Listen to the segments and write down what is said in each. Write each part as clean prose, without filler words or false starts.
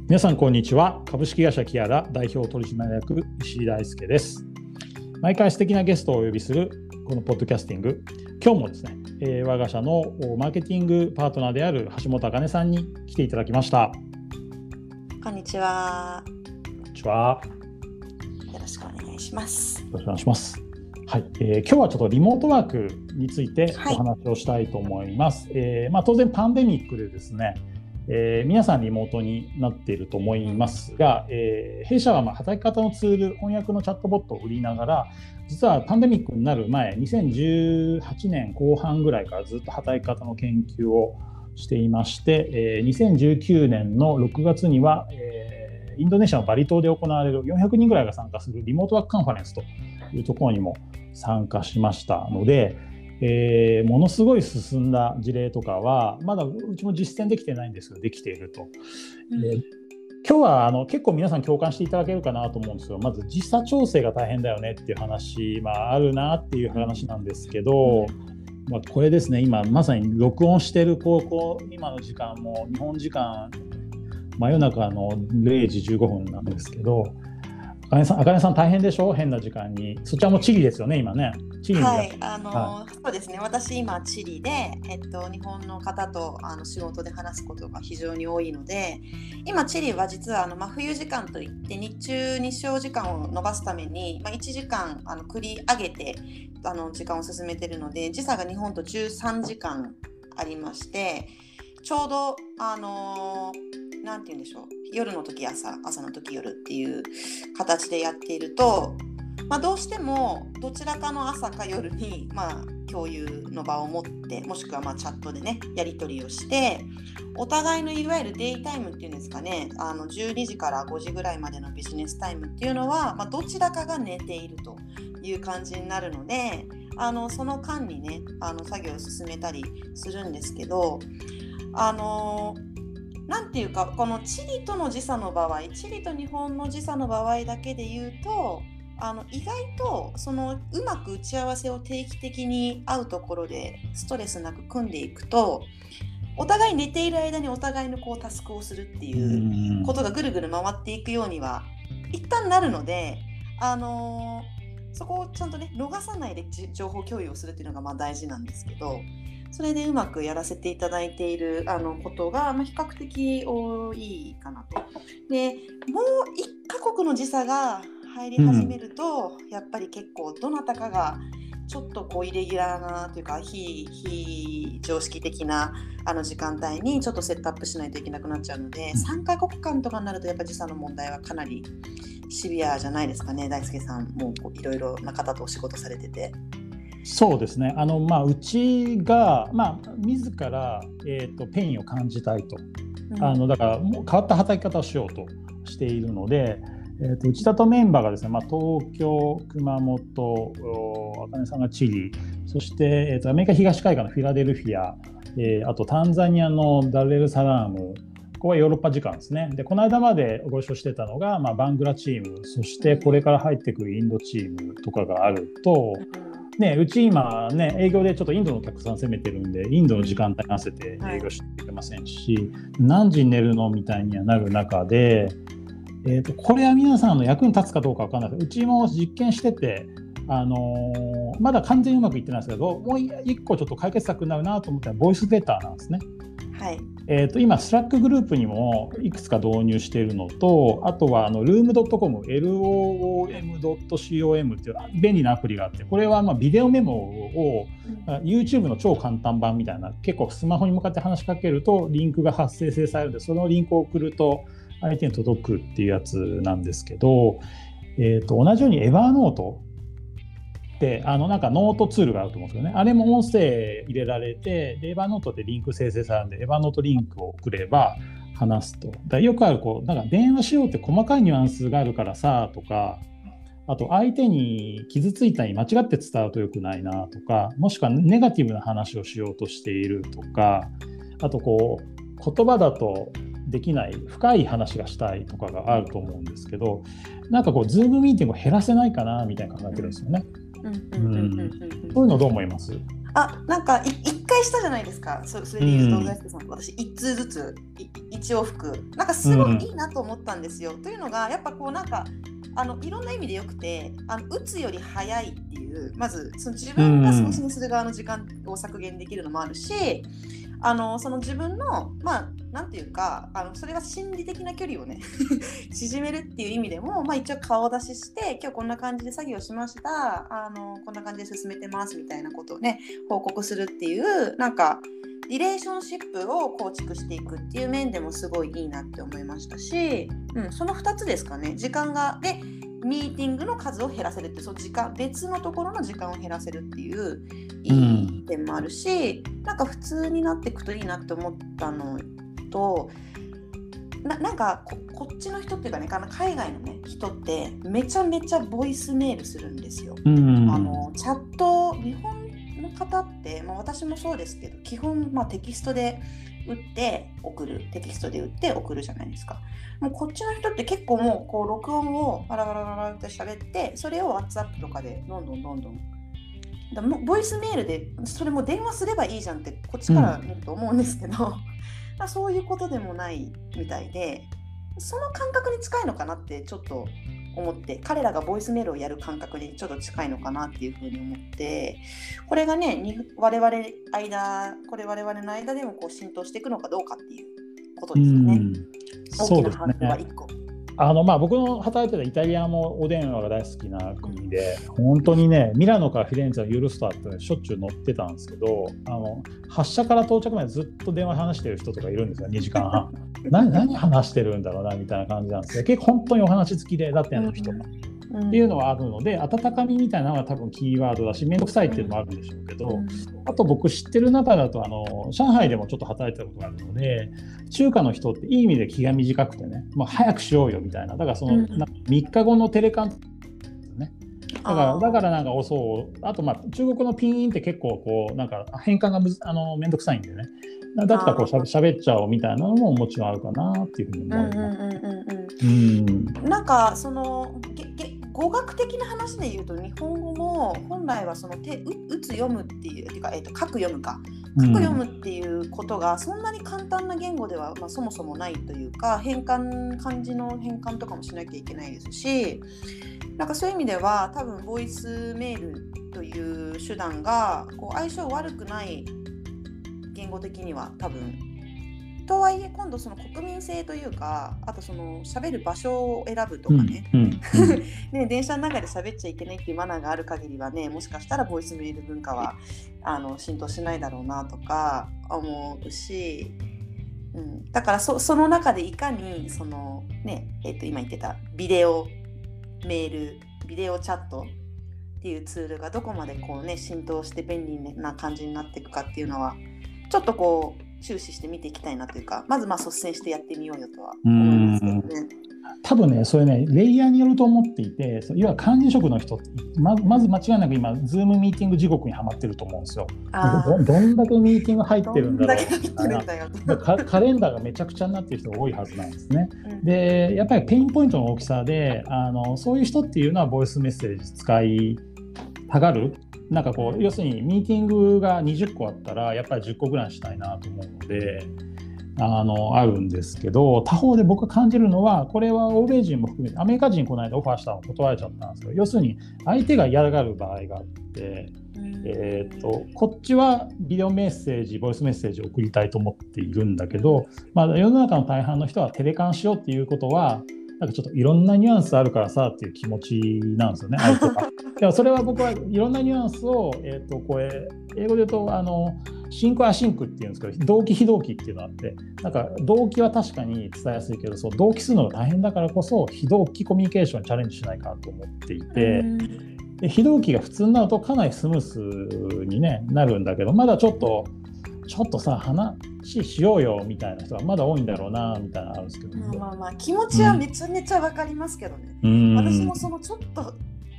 皆さんこんにちは。株式会社キアラ代表取締役石井大輔です。毎回素敵なゲストをお呼びするこのポッドキャスティング、今日もですね、我が社のマーケティングパートナーである橋本茜さんに来ていただきました。 こんにちは。 こんにちは。 よろしくお願いします。 よろしくお願いします。はい、今日はちょっとリモートワークについてお話をしたいと思います。当然パンデミックでですね、皆さんリモートになっていると思いますが、弊社は働き方のツール、翻訳のチャットボットを売りながら、実はパンデミックになる前、2018年後半ぐらいからずっと働き方の研究をしていまして、2019年の6月には、インドネシアのバリ島で行われる400人ぐらいが参加するリモートワークカンファレンスというところにも参加しましたので、ものすごい進んだ事例とかはまだうちも実践できてないんですけど、できていると。今日は結構皆さん共感していただけるかなと思うんですけど、まず時差調整が大変だよねっていう話、あるなっていう話なんですけど、これですね、今まさに録音している今の時間も日本時間真夜中の0時15分なんですけど、茜さん大変でしょ？変な時間に。そちらもチリですよね、今ね。チリにそうですね。私今チリで、日本の方と仕事で話すことが非常に多いので、今チリは実は真冬時間といって日中日照時間を延ばすために、1時間繰り上げて時間を進めているので、時差が日本と13時間ありまして、ちょうどなんて言うんでしょう、夜の時朝の時夜っていう形でやっていると、どうしてもどちらかの朝か夜に共有の場を持って、もしくはチャットでねやり取りをして、お互いのいわゆるデイタイムっていうんですかね、12時から5時ぐらいまでのビジネスタイムっていうのは、どちらかが寝ているという感じになるので、その間にね作業を進めたりするんですけど、なんていうか、このチリとの時差の場合、チリと日本の時差の場合だけで言うと、意外とうまく打ち合わせを定期的に会うところでストレスなく組んでいくと、お互い寝ている間にお互いのタスクをするっていうことがぐるぐる回っていくようには一旦なるので、そこをちゃんとね逃さないで情報共有をするっていうのがカ事なんですけど、それでうまくやらせていただいていることが比較的多いかなと。で、もう一カ国の時差が入り始めると、やっぱり結構どなたかがちょっとイレギュラーなというか非常識的な時間帯にちょっとセットアップしないといけなくなっちゃうので、3カ国間とかになるとやっぱ時差の問題はかなりシビアじゃないですかね。大輔さんもいろいろな方とお仕事されてて。 そうですね。うちが、自ら、ペインを感じたいと、だからもう変わった働き方をしようとしているので、うちだとメンバーがですね、東京、熊本、茜さんがチリ、そして、アメリカ東海岸のフィラデルフィア、あとタンザニアのダルエルサラーム、ここはヨーロッパ時間ですね。で、この間までご一緒してたのが、バングラチーム、そしてこれから入ってくるインドチームとかがあると、うち今ね営業でちょっとインドのお客さん攻めてるんで、インドの時間帯に合わせて営業していけませんし、何時に寝るのみたいにはなる中で、これは皆さんの役に立つかどうか分からないです。うちも実験してて、まだ完全にうまくいってないですけど、もう一個ちょっと解決策になるなと思ったらボイスレターなんですね。 はい。 今スラックグループにもいくつか導入しているのと、あとはloom.com、loom.com っていう便利なアプリがあって、これはビデオメモを YouTube の超簡単版みたいな、結構スマホに向かって話しかけるとリンクが発生されるので、そのリンクを送ると相手に届くっていうやつなんですけど、同じようにエバーノートでなんかノートツールがあると思うんですけどね、あれも音声入れられて、エヴァノートでリンク生成されるんで、エヴァノートリンクを送れば話すと。よくあるなんか電話しようって細かいニュアンスがあるからさとか、あと相手に傷ついたり間違って伝わると良くないなとか、もしくはネガティブな話をしようとしているとか、あと言葉だとできない深い話がしたいとかがあると思うんですけど、なんかズームミーティングを減らせないかなみたいな考えてるんですよね。そういうのどう思います？ なんか一回したじゃないですか。それで言うと、大輔さんと私一通ずつ一往復。なんかすごいいいなと思ったんですよ。というのが、やっぱこうなんか、いろんな意味でよくて、打つより早いっていう、まずその自分が送信する側の時間を削減できるのもあるし、その自分のなんていうかそれが心理的な距離をね縮めるっていう意味でも、一応顔出しして今日こんな感じで作業しました、こんな感じで進めてますみたいなことをね報告するっていうなんかリレーションシップを構築していくっていう面でもすごいいいなって思いましたし、その2つですかね。時間がでミーティングの数を減らせるって、その時間別のところの時間を減らせるっていういい点もあるし、なんか普通になっていくといいなって思ったのと、なんか こっちの人っていうかね、海外の、ね、人ってめちゃめちゃボイスメールするんですよ。チャット、日本の方って、私もそうですけど基本、テキストで打って送るじゃないですか。もうこっちの人って結構もうこう録音をバラバラバラって喋って、それを WhatsApp とかでどんどんボイスメールでそれも電話すればいいじゃんってこっちから見ると思うんですけど、そういうことでもないみたいで、その感覚に近いのかなってちょっと思って、彼らがボイスメールをやる感覚にちょっと近いのかなっていうふうに思って、これがね我々の間でもこう浸透していくのかどうかっていうことですよね。大きなハードルは1個。 僕の働いてたイタリアもお電話が大好きな国で、本当にね、ミラノからフィレンツェのユーロスターって、しょっちゅう乗ってたんですけど、発車から到着までずっと電話話してる人とかいるんですよ、2時間半。何話してるんだろうなみたいな感じなんですけど、結構本当にお話好きで、だって人が。っていうのはあるので、温かみみたいなのが多分キーワードだし、面倒くさいっていうのもあるんでしょうけど、あと僕知ってる中だと上海でもちょっと働いてたことがあるので、中華の人っていい意味で気が短くてね、早くしようよみたいな、だからその3日後のテレカンね、だからなんか遅う、あと中国のピーンって結構こうなんか変換がめんどくさいんでね、だったらこう喋っちゃおうみたいなのももちろんあるかなっていうふうに思います。 なんかその語学的な話で言うと、日本語も本来はその打つ読むっていう、書く読む読むっていうことがそんなに簡単な言語では、そもそもないというか、漢字の変換とかもしなきゃいけないですし、なんかそういう意味では多分ボイスメールという手段がこう相性悪くない言語的には多分。とはいえ今度その国民性というか、あとその喋る場所を選ぶとかね、ね、電車の中で喋っちゃいけないっていうマナーがある限りはね、もしかしたらボイスメール文化は浸透しないだろうなとか思うし、だからその中でいかにそのね、今言ってたビデオメール、ビデオチャットっていうツールがどこまでこうね浸透して便利な感じになっていくかっていうのはちょっとこう注視して見ていきたいなというか、まず率先してやってみようよとは思いますけどね。 多分ね、それね、レイヤーによると思っていて、いわゆる管理職の人って、まず間違いなく今、ズームミーティング地獄にはまってると思うんですよ。どんだけミーティング入ってるんだろう。カレンダーがめちゃくちゃになってる人が多いはずなんですね。で、やっぱりペインポイントの大きさで、そういう人っていうのはボイスメッセージ使いたがる。なんかこう要するにミーティングが20個あったらやっぱり10個ぐらいしたいなと思うのであるんですけど、他方で僕が感じるのは、これは欧米人も含めてアメリカ人この間オファーしたの断られちゃったんですけど、要するに相手が嫌がる場合があって、こっちはビデオメッセージ、ボイスメッセージを送りたいと思っているんだけど、世の中の大半の人はテレカンしようっていうことはなんかちょっといろんなニュアンスあるからさっていう気持ちなんですよね、相手が。でもそれは僕はいろんなニュアンスを、これ英語で言うとシンクアシンクっていうんですけど、同期非同期っていうのがあって、なんか同期は確かに伝えやすいけど、そう同期するのが大変だからこそ非同期コミュニケーションにチャレンジしないかと思っていて、で非同期が普通になるとかなりスムースに、ね、なるんだけど、まだちょっとさ話しようよみたいな人がまだ多いんだろうなみたいなのあるんですけど、 気持ちはめちゃめちゃ分かりますけどね。私もそのちょっと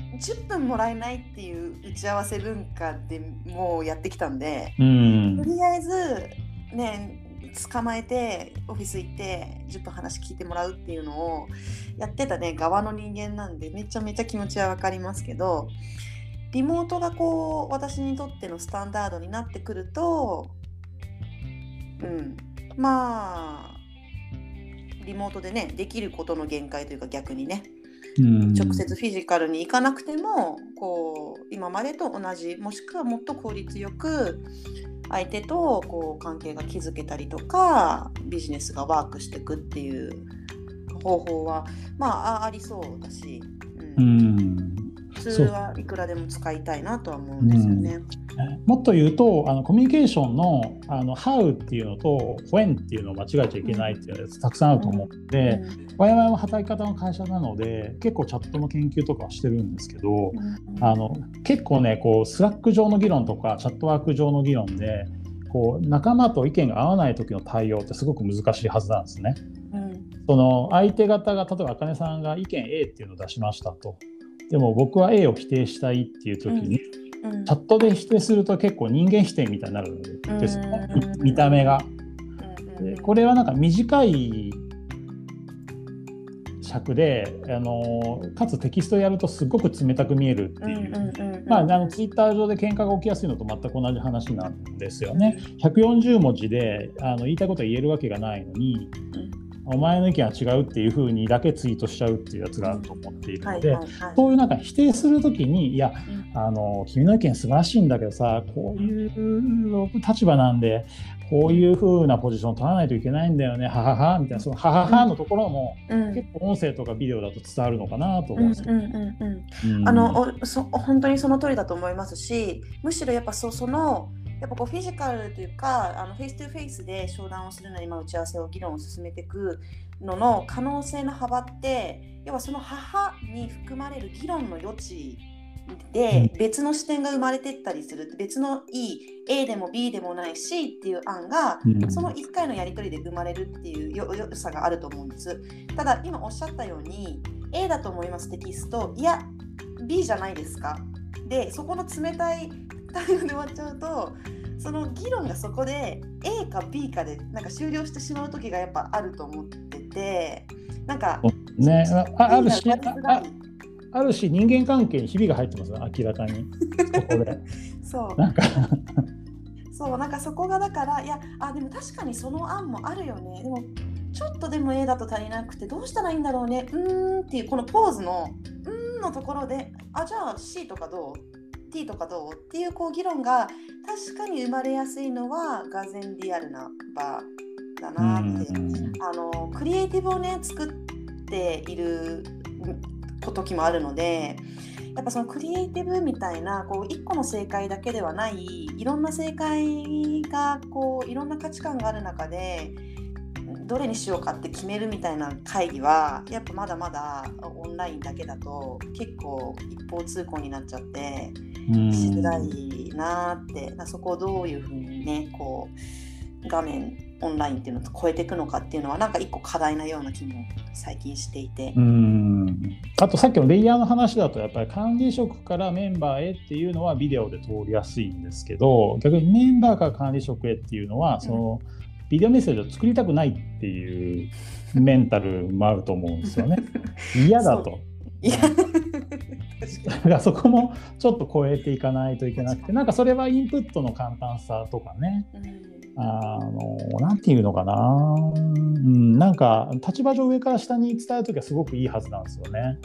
10分もらえないっていう打ち合わせ文化でもうやってきたんで、とりあえずね捕まえてオフィス行って10分話聞いてもらうっていうのをやってたね側の人間なんで、めちゃめちゃ気持ちは分かりますけど、 リモートがこう私にとってのスタンダードになってくると、まあリモートでねできることの限界というか、逆にね、直接フィジカルに行かなくてもこう今までと同じ、もしくはもっと効率よく相手とこう関係が築けたりとか、ビジネスがワークしていくっていう方法はありそうだし、普通はいくらでも使いたいなとは思うんですよね。 もっと言うとコミュニケーションのHow っていうのと When っていうのを間違えちゃいけないっていうやつたくさんあると思うので、我々も働き方の会社なので結構チャットの研究とかはしてるんですけど、結構ねこうスラック上の議論とかチャットワーク上の議論でこう仲間と意見が合わない時の対応ってすごく難しいはずなんですね。その相手方が例えば茜さんが意見 A っていうのを出しましたと、でも僕は A を否定したいっていう時に、チャットで否定すると結構人間否定みたいになるんですね、見た目が。でこれはなんか短い尺でかつテキストやるとすごく冷たく見えるっていう、ツイッター上で喧嘩が起きやすいのと全く同じ話なんですよね。140文字で言いたいことは言えるわけがないのに、お前の意見は違うっていう風にだけツイートしちゃうっていうやつがあると思っているので、そういうなんか否定するときに、いや君の意見素晴らしいんだけどさ、こういう立場なんでこういう風なポジションを取らないといけないんだよね、はははみたいな、そのはははのところも結構音声とかビデオだと伝わるのかなと思うんですけど、 本当にその通りだと思いますし、むしろやっぱやっぱこうフィジカルというかフェイストゥフェイスで商談をするのに打ち合わせを議論を進めていくのの可能性の幅って、要はその母に含まれる議論の余地で別の視点が生まれていったりする、別のいい A でも B でもない C っていう案がその1回のやり取りで生まれるっていう良さがあると思うんです。ただ今おっしゃったように A だと思いますテキスト、いや B じゃないですかで、そこの冷たい対応で終わっちゃうと、その議論がそこで A か B かでなんか終了してしまう時がやっぱあると思ってて、なんかね、あるし人間関係にひびが入ってますね、明らかにそこでなんかそこがだから、いやでも確かにその案もあるよね、でもちょっとでも A だと足りなくてどうしたらいいんだろうね、っていうこのポーズののところで、じゃあ C とかどうT とかどうっていう議論が確かに生まれやすいのはがぜんリアルな場だなって、クリエイティブをね作っている時もあるので、やっぱそのクリエイティブみたいな一個の正解だけではない、いろんな正解がいろんな価値観がある中でどれにしようかって決めるみたいな会議はやっぱまだまだオンラインだけだと結構一方通行になっちゃってしづらいなって、そこをどういうふうにね画面オンラインっていうのと超えていくのかっていうのはなんか一個課題なような気も最近していて、 あとさっきのレイヤーの話だとやっぱり管理職からメンバーへっていうのはビデオで通りやすいんですけど、逆にメンバーから管理職へっていうのはそのビデオメッセージを作りたくないっていうメンタルもあると思うんですよね嫌だとだからそこもちょっと超えていかないといけなくて、なんかそれはインプットの簡単さとかね、なんていうのかな、なんか立場上上から下に伝えるときはすごくいいはずなんですよね。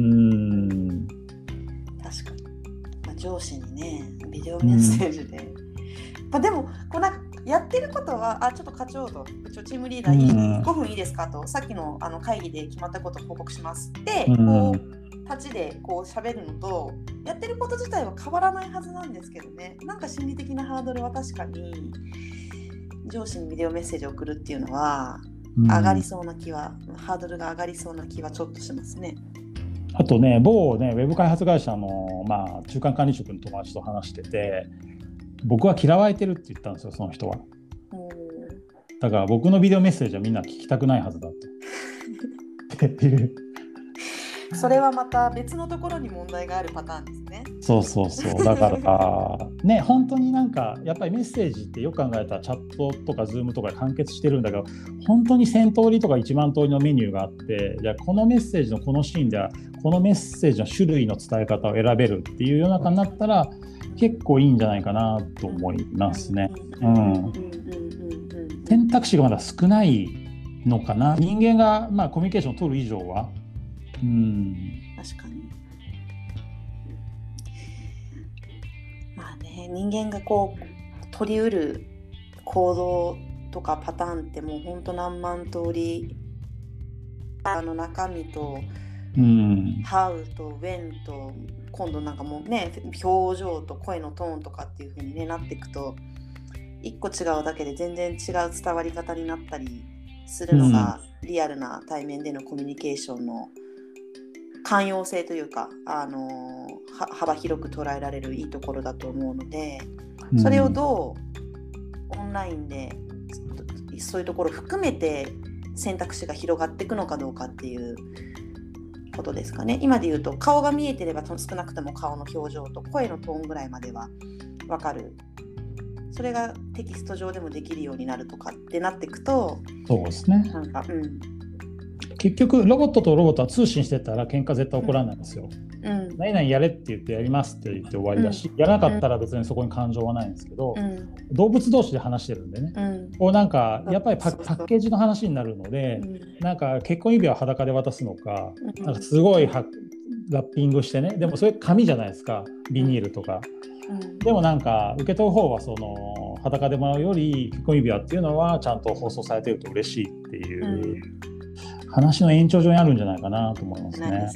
確かに、上司にねビデオメッセージで、でもなんかやってることはちょっと課長とチームリーダー5分いいですかと、さっきの会議で決まったことを報告しますって立ちで喋るのとやってること自体は変わらないはずなんですけどね、なんか心理的なハードルは確かに上司にビデオメッセージを送るっていうのは上がりそうな気は、ハードルが上がりそうな気はちょっとしますね。 あとね、某ねウェブ開発会社の、中間管理職の友達と話してて、僕は嫌われてるって言ったんですよ、その人は。だから僕のビデオメッセージはみんな聞きたくないはずだとっていうそれはまた別のところに問題があるパターンですね。 そうそうそう。だからね、本当になんかやっぱりメッセージってよく考えたらチャットとかズームとかで完結してるんだけど、本当に1000通りとか1万通りのメニューがあって、じゃあこのメッセージのこのシーンではこのメッセージの種類の伝え方を選べるっていう世の中になったら結構いいんじゃないかなと思いますね。選択肢がまだ少ないのかな。人間がまあコミュニケーションを取る以上は。 確かに。まあね、人間がこう取り得る行動とかパターンってもうほんと何万通り、中身と、How と When と今度なんかもうね、表情と声のトーンとかっていう風に、ね、なっていくと一個違うだけで全然違う伝わり方になったりするのが、リアルな対面でのコミュニケーションの寛容性というか、幅広く捉えられるいいところだと思うので、それをどうオンラインでそういうところを含めて選択肢が広がっていくのかどうかっていうことですかね。今で言うと顔が見えてれば少なくとも顔の表情と声のトーンぐらいまでは分かる。それがテキスト上でもできるようになるとかってなっていくと、 そうですね。 なんか、 結局ロボットとロボットは通信してたら喧嘩絶対起こらないんですよ。何々やれって言ってやりますって言って終わりだし、やらなかったら別にそこに感情はないんですけど、動物同士で話してるんでね、こうなんかやっぱりパッケージの話になるので、なんか結婚指輪を裸で渡すのか、なんかすごいラッピングしてね、でもそれ紙じゃないですか、ビニールとか。でもなんか受け取る方はその裸でもらうより結婚指輪っていうのはちゃんと放送されてると嬉しいっていう話の延長上にあるんじゃないかなと思いますね。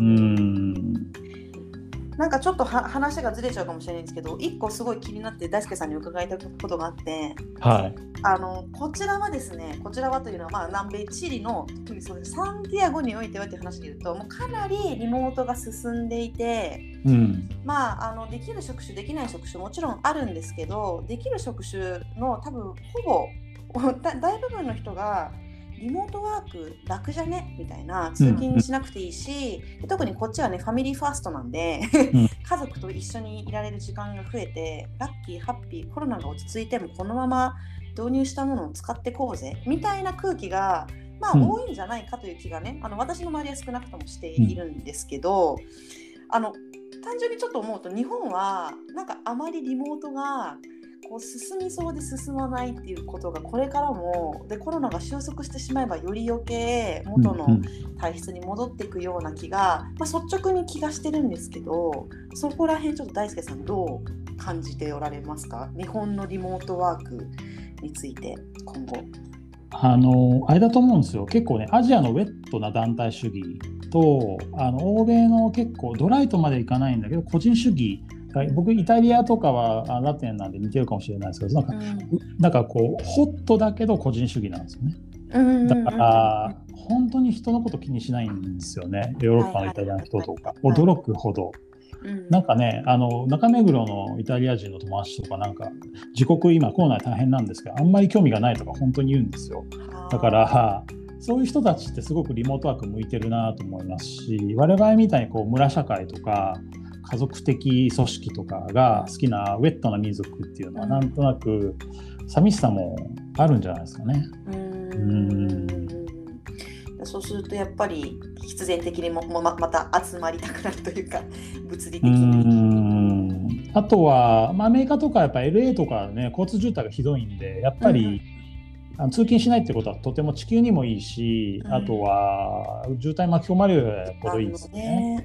なんかちょっと話がずれちゃうかもしれないんですけど、一個すごい気になって大輔さんに伺いたいことがあって、こちらはですね、こちらはというのは、まあ、南米チリの特にそうですサンティアゴにおいてはという話で言うと、もうかなりリモートが進んでいて、まあ、できる職種できない職種もちろんあるんですけど、できる職種の多分ほぼ大部分の人がリモートワーク楽じゃねみたいな、通勤しなくていいし、特にこっちはねファミリーファーストなんで家族と一緒にいられる時間が増えて、ラッキーハッピー、コロナが落ち着いてもこのまま導入したものを使ってこうぜみたいな空気がまあ多いんじゃないかという気がね、私の周りは少なくともしているんですけど、単純にちょっと思うと日本はなんかあまりリモートがこう進みそうで進まないっていうことがこれからもで、コロナが収束してしまえばより余計元の体質に戻っていくような気が、まあ、率直に気がしてるんですけど、そこら辺ちょっと大輔さんどう感じておられますか？日本のリモートワークについて今後。 あれだと思うんですよ。結構ね、アジアのウェットな団体主義と欧米の結構ドライとまでいかないんだけど個人主義、僕イタリアとかはラテンなんで似てるかもしれないですけど、なんかこうホットだけど個人主義なんですよね。だから本当に人のこと気にしないんですよね。ヨーロッパのイタリアの人とか驚くほど。なんかね、中目黒のイタリア人の友達とかなんか自国今コロナで大変なんですけどあんまり興味がないとか本当に言うんですよ。だからそういう人たちってすごくリモートワーク向いてるなと思いますし、我々みたいにこう村社会とか家族的組織とかが好きなウェットな民族っていうのはなんとなく寂しさもあるんじゃないですかね。 そうするとやっぱり必然的にまた集まりたくなるというか物理的に。 あとは、アメリカとかやっぱ LA とかね交通渋滞がひどいんでやっぱり、通勤しないってことはとても地球にもいいし、あとは渋滞巻き込まれるほどいいですね。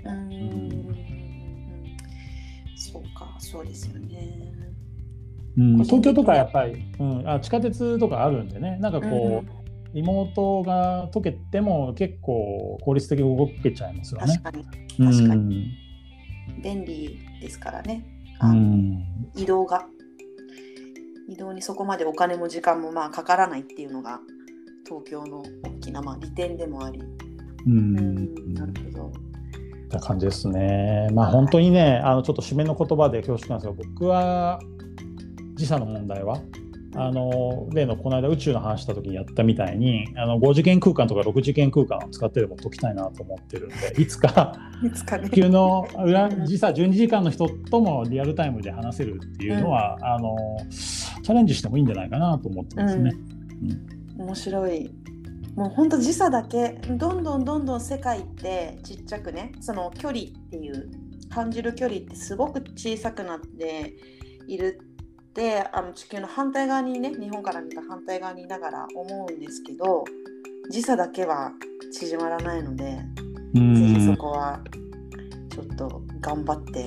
そうか、そうですよね。 東京とかやっぱり、地下鉄とかあるんでね、なんかこう、リモートが解けても結構効率的に動けちゃいますよね。 確かに便利ですからね。移動にそこまでお金も時間もかからないっていうのが東京の大きな利点でもあり。なるほど。 な感じですね。本当にね、ちょっと締めの言葉で恐縮なんですが、僕は時差の問題は例のこの間宇宙の話した時にやったみたいに5次元空間とか6次元空間を使ってでも解きたいなと思ってるんで、いつかね、 地球の時差12時間の人ともリアルタイムで話せるっていうのは、チャレンジしてもいいんじゃないかなと思ってますね。 面白い。もう本当時差だけどんどん世界ってちっちゃくね、その距離っていう感じる距離ってすごく小さくなっているって、地球の反対側にね、日本から見た反対側にいながら思うんですけど、時差だけは縮まらないので、ぜひそこはちょっと頑張って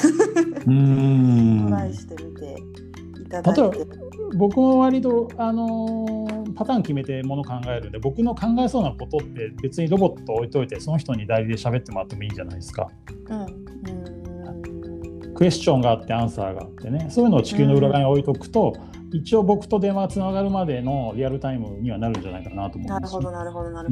トライしてみていただいて。 僕も割と、パターン決めてもの考えるんで、僕の考えそうなことって別にロボット置いといてその人に代理で喋ってもらってもいいじゃないですか。クエスチョンがあってアンサーがあってね、そういうのを地球の裏側に置いとくと、一応僕と電話がつながるまでのリアルタイムにはなるんじゃないかなと思います。 なるほど。いや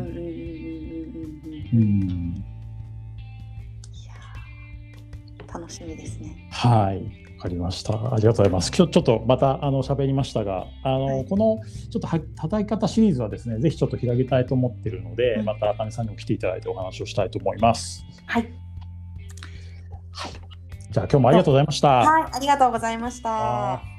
楽しみですね。 はい、わかりました。ありがとうございます。今日ちょっとまた喋りましたが、このちょっと叩き方シリーズはですね、ぜひちょっと広げたいと思っているので、また茜さんにも来ていただいてお話をしたいと思います。 はい。 じゃあ今日もありがとうございました。 はい、ありがとうございました。